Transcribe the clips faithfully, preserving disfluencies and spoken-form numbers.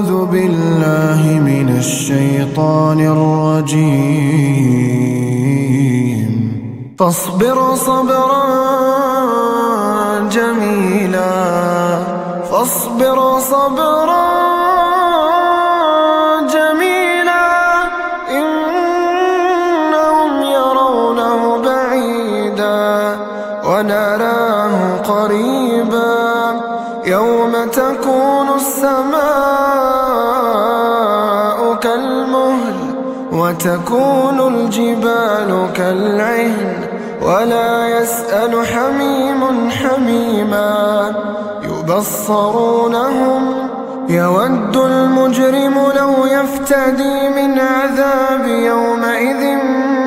أعوذ بالله من الشيطان الرجيم. فاصبر صبرا جميلا فاصبر صبرا جميلا إنهم يرونه بعيدا ونراه قريبا يوم تكون السماء كالمهل وتكون الجبال كالعهن ولا يسأل حميم حميما يبصرونهم يود المجرم لو يفتدي من عذاب يومئذ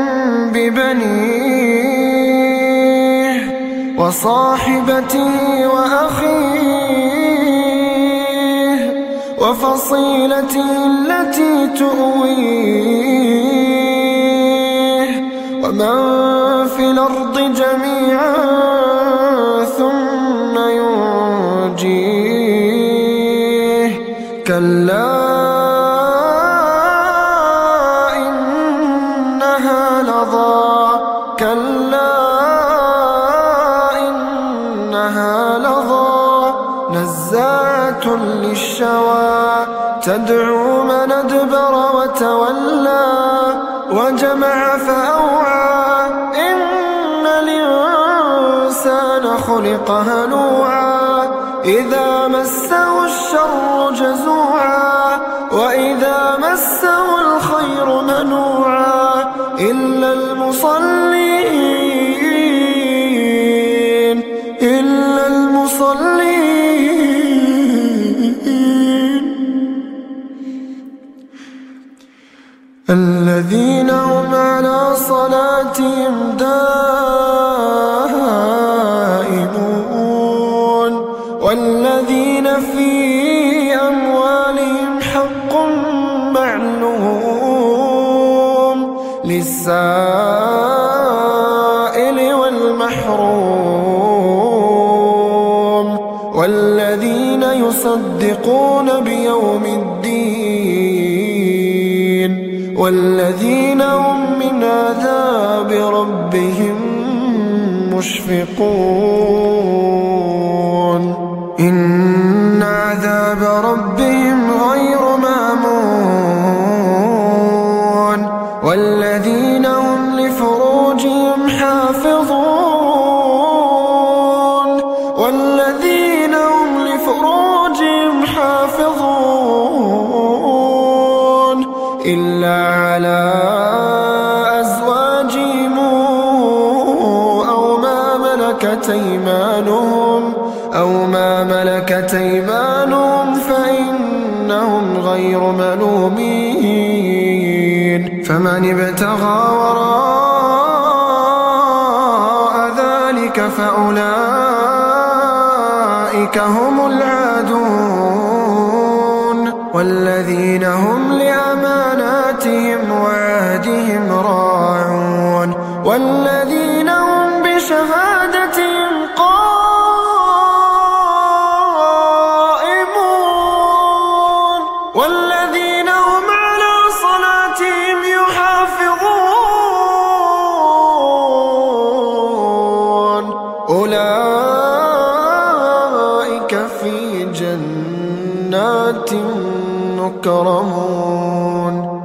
ببنيه وصاحبته وأخيه وفصيلته التي تؤويه ومن في الأرض جميعا ثم ينجيه كلا إنها لظى كلا إنها لظى نزاعة للشوى تدعو من أدبر وتولى وجمع فأوعى إن الإنسان خلق هلوعا إذا مسه الشر جزوعا وإذا مسه الخير منوعا إلا المصلين إلا المصلين الذين هم على صلاتهم دائمون والذين في أموالهم حق معلوم للسائل والمحروم والذين يصدقون بيوم الدين والذين هم من عذاب ربهم مشفقون إن عذاب ربهم غير مأمون والذين هم لفروجهم حافظون والذين هم لفروجهم حافظون إلا على أزواجهم أو ما ملكت أيمانهم أو ما ملكت أيمانهم فإنهم غير ملومين فمن ابتغى وراء ذلك فأولئك هم العادون والذين هم لأماناتهم وعهدهم راعون والذين هم بشهادتهم قائمون والذين هم على صلاتهم يحافظون أولئك في جنات مكرمون